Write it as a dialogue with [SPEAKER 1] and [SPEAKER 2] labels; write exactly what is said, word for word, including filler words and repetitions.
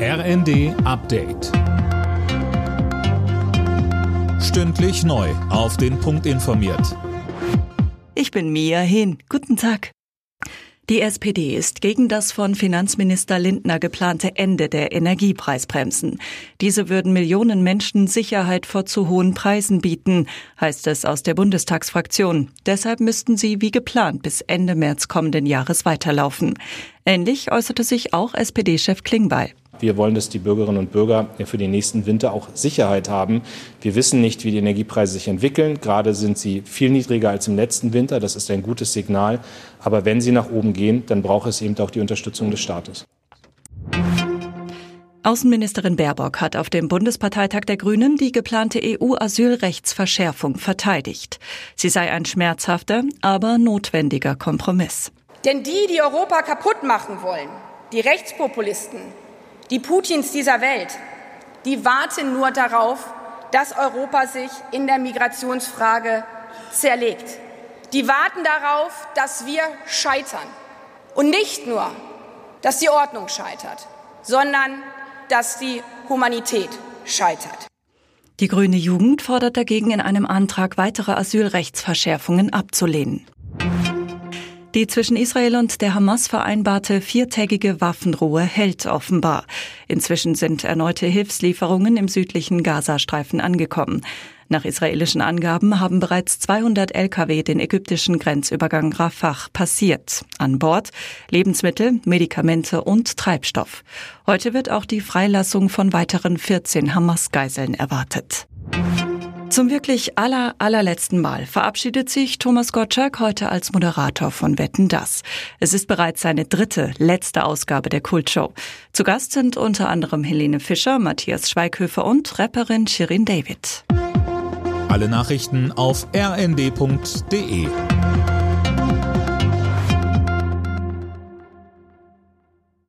[SPEAKER 1] R N D Update. Stündlich neu auf den Punkt informiert.
[SPEAKER 2] Ich bin Mia Hin. Guten Tag. Die S P D ist gegen das von Finanzminister Lindner geplante Ende der Energiepreisbremsen. Diese würden Millionen Menschen Sicherheit vor zu hohen Preisen bieten, heißt es aus der Bundestagsfraktion. Deshalb müssten sie wie geplant bis Ende März kommenden Jahres weiterlaufen. Ähnlich äußerte sich auch S P D-Chef Klingbeil.
[SPEAKER 3] Wir wollen, dass die Bürgerinnen und Bürger für den nächsten Winter auch Sicherheit haben. Wir wissen nicht, wie die Energiepreise sich entwickeln. Gerade sind sie viel niedriger als im letzten Winter. Das ist ein gutes Signal. Aber wenn sie nach oben gehen, dann braucht es eben auch die Unterstützung des Staates.
[SPEAKER 2] Außenministerin Baerbock hat auf dem Bundesparteitag der Grünen die geplante E U-Asylrechtsverschärfung verteidigt. Sie sei ein schmerzhafter, aber notwendiger Kompromiss.
[SPEAKER 4] Denn die, die Europa kaputt machen wollen, die Rechtspopulisten, die Putins dieser Welt, die warten nur darauf, dass Europa sich in der Migrationsfrage zerlegt. Die warten darauf, dass wir scheitern. Und nicht nur, dass die Ordnung scheitert, sondern dass die Humanität scheitert.
[SPEAKER 2] Die Grüne Jugend fordert dagegen in einem Antrag, weitere Asylrechtsverschärfungen abzulehnen. Die zwischen Israel und der Hamas vereinbarte viertägige Waffenruhe hält offenbar. Inzwischen sind erneute Hilfslieferungen im südlichen Gazastreifen angekommen. Nach israelischen Angaben haben bereits zweihundert L K W den ägyptischen Grenzübergang Rafah passiert. An Bord Lebensmittel, Medikamente und Treibstoff. Heute wird auch die Freilassung von weiteren vierzehn Hamas-Geiseln erwartet. Zum wirklich aller, allerletzten Mal verabschiedet sich Thomas Gottschalk heute als Moderator von Wetten, dass. Es ist bereits seine dritte, letzte Ausgabe der Kultshow. Zu Gast sind unter anderem Helene Fischer, Matthias Schweighöfer und Rapperin Shirin David.
[SPEAKER 1] Alle Nachrichten auf r n d punkt d e.